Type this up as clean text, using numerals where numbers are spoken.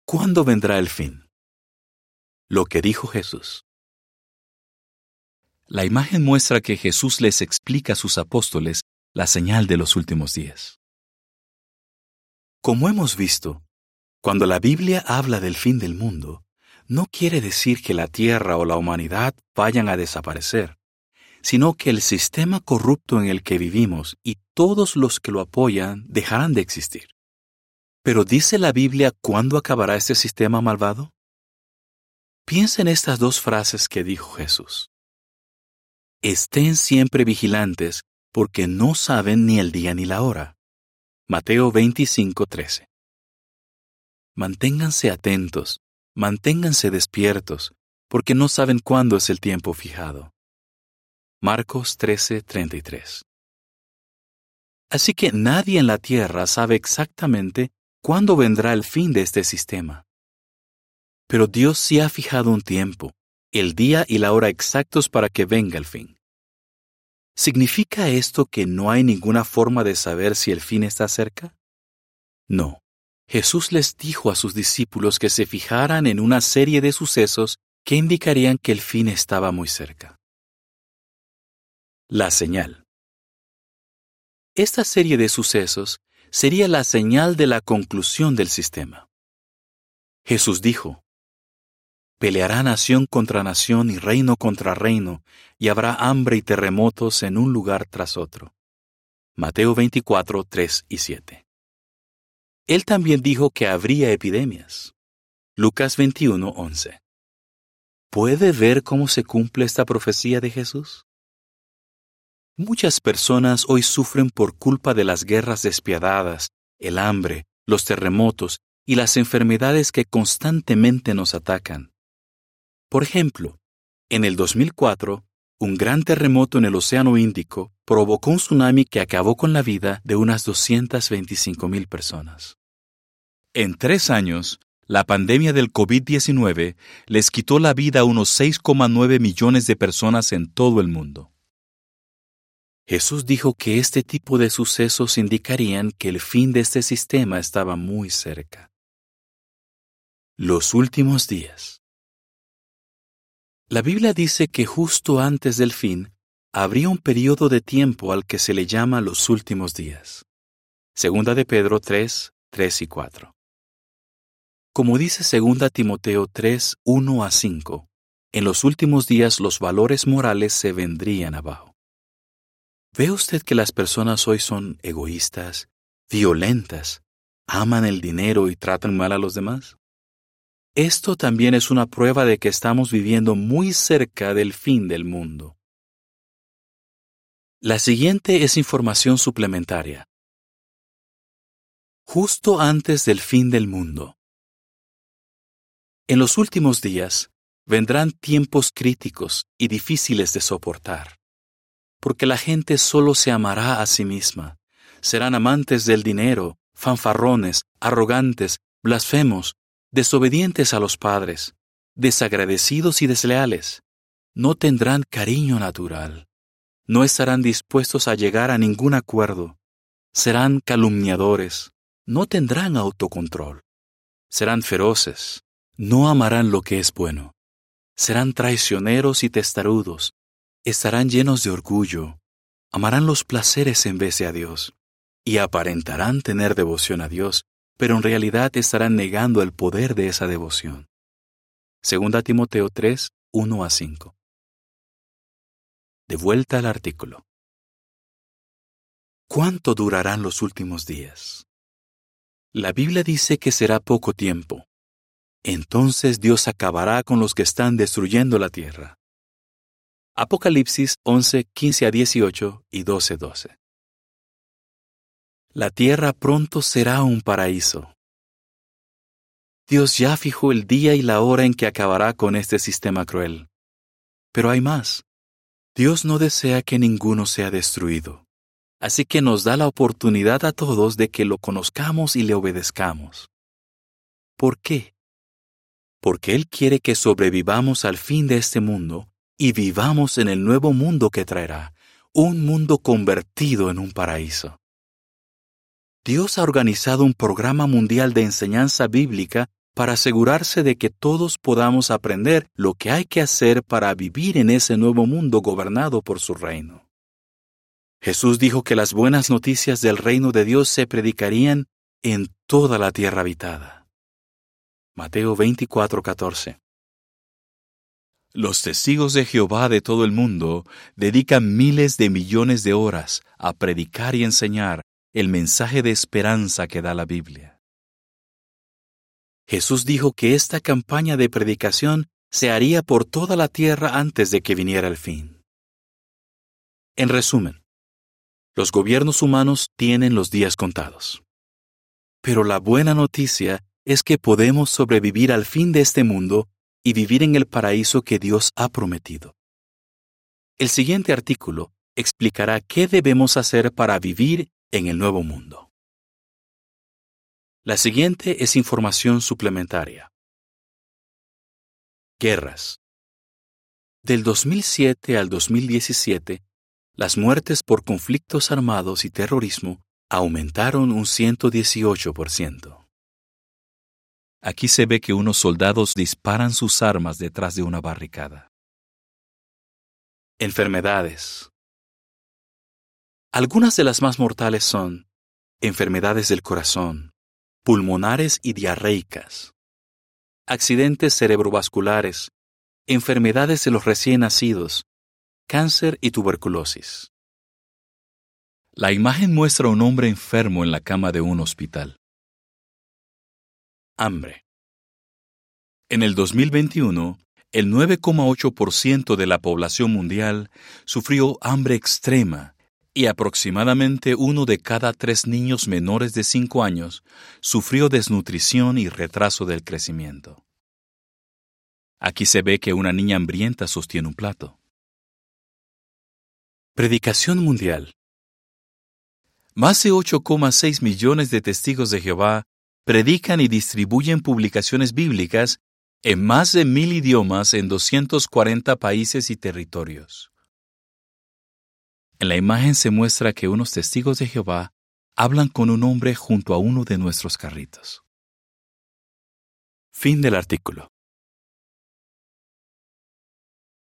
¿Cuándo vendrá el fin? Lo que dijo Jesús. La imagen muestra que Jesús les explica a sus apóstoles la señal de los últimos días. Como hemos visto, cuando la Biblia habla del fin del mundo, no quiere decir que la tierra o la humanidad vayan a desaparecer, sino que el sistema corrupto en el que vivimos y todos los que lo apoyan dejarán de existir. ¿Pero dice la Biblia cuándo acabará este sistema malvado? Piensa en estas dos frases que dijo Jesús. Estén siempre vigilantes, porque no saben ni el día ni la hora. Mateo 25:13. Manténganse atentos, manténganse despiertos, porque no saben cuándo es el tiempo fijado. Marcos 13:33. Así que nadie en la tierra sabe exactamente cuándo vendrá el fin de este sistema. Pero Dios sí ha fijado un tiempo, el día y la hora exactos para que venga el fin. ¿Significa esto que no hay ninguna forma de saber si el fin está cerca? No. Jesús les dijo a sus discípulos que se fijaran en una serie de sucesos que indicarían que el fin estaba muy cerca. La señal. Esta serie de sucesos sería la señal de la conclusión del sistema. Jesús dijo: peleará nación contra nación y reino contra reino, y habrá hambre y terremotos en un lugar tras otro. Mateo 24:3 y 7. Él también dijo que habría epidemias. Lucas 21:11. ¿Puede ver cómo se cumple esta profecía de Jesús? Muchas personas hoy sufren por culpa de las guerras despiadadas, el hambre, los terremotos y las enfermedades que constantemente nos atacan. Por ejemplo, en el 2004, un gran terremoto en el Océano Índico provocó un tsunami que acabó con la vida de unas 225,000 personas. En 3 años, la pandemia del COVID-19 les quitó la vida a unos 6,9 millones de personas en todo el mundo. Jesús dijo que este tipo de sucesos indicarían que el fin de este sistema estaba muy cerca. Los últimos días. La Biblia dice que justo antes del fin habría un periodo de tiempo al que se le llama los últimos días. Segunda de Pedro 3:3 y 4. Como dice Segunda Timoteo 3:1 a 5, en los últimos días los valores morales se vendrían abajo. ¿Ve usted que las personas hoy son egoístas, violentas, aman el dinero y tratan mal a los demás? Esto también es una prueba de que estamos viviendo muy cerca del fin del mundo. La siguiente es información suplementaria. Justo antes del fin del mundo. En los últimos días vendrán tiempos críticos y difíciles de soportar, porque la gente solo se amará a sí misma. Serán amantes del dinero, fanfarrones, arrogantes, blasfemos, desobedientes a los padres, desagradecidos y desleales. No tendrán cariño natural. No estarán dispuestos a llegar a ningún acuerdo. Serán calumniadores. No tendrán autocontrol. Serán feroces. No amarán lo que es bueno. Serán traicioneros y testarudos. Estarán llenos de orgullo. Amarán los placeres en vez de a Dios. Y aparentarán tener devoción a Dios, pero en realidad estarán negando el poder de esa devoción. Segunda Timoteo 3:1 a 5. De vuelta al artículo. ¿Cuánto durarán los últimos días? La Biblia dice que será poco tiempo. Entonces Dios acabará con los que están destruyendo la tierra. Apocalipsis 11:15 a 18 y 12:12. La tierra pronto será un paraíso. Dios ya fijó el día y la hora en que acabará con este sistema cruel. Pero hay más. Dios no desea que ninguno sea destruido. Así que nos da la oportunidad a todos de que lo conozcamos y le obedezcamos. ¿Por qué? Porque Él quiere que sobrevivamos al fin de este mundo y vivamos en el nuevo mundo que traerá, un mundo convertido en un paraíso. Dios ha organizado un programa mundial de enseñanza bíblica para asegurarse de que todos podamos aprender lo que hay que hacer para vivir en ese nuevo mundo gobernado por su reino. Jesús dijo que las buenas noticias del reino de Dios se predicarían en toda la tierra habitada. Mateo 24:14. Los testigos de Jehová de todo el mundo dedican miles de millones de horas a predicar y enseñar el mensaje de esperanza que da la Biblia. Jesús dijo que esta campaña de predicación se haría por toda la tierra antes de que viniera el fin. En resumen, los gobiernos humanos tienen los días contados. Pero la buena noticia es que podemos sobrevivir al fin de este mundo y vivir en el paraíso que Dios ha prometido. El siguiente artículo explicará qué debemos hacer para vivir en el nuevo mundo. La siguiente es información suplementaria. Guerras. Del 2007 al 2017, las muertes por conflictos armados y terrorismo aumentaron un 118%. Aquí se ve que unos soldados disparan sus armas detrás de una barricada. Enfermedades. Algunas de las más mortales son enfermedades del corazón, pulmonares y diarreicas, accidentes cerebrovasculares, enfermedades de los recién nacidos, cáncer y tuberculosis. La imagen muestra a un hombre enfermo en la cama de un hospital. Hambre. En el 2021, el 9,8% de la población mundial sufrió hambre extrema y aproximadamente 1 de cada 3 niños menores de 5 años sufrió desnutrición y retraso del crecimiento. Aquí se ve que una niña hambrienta sostiene un plato. Predicación mundial. Más de 8,6 millones de testigos de Jehová predican y distribuyen publicaciones bíblicas en más de 1,000 idiomas en 240 países y territorios. En la imagen se muestra que unos testigos de Jehová hablan con un hombre junto a uno de nuestros carritos. Fin del artículo.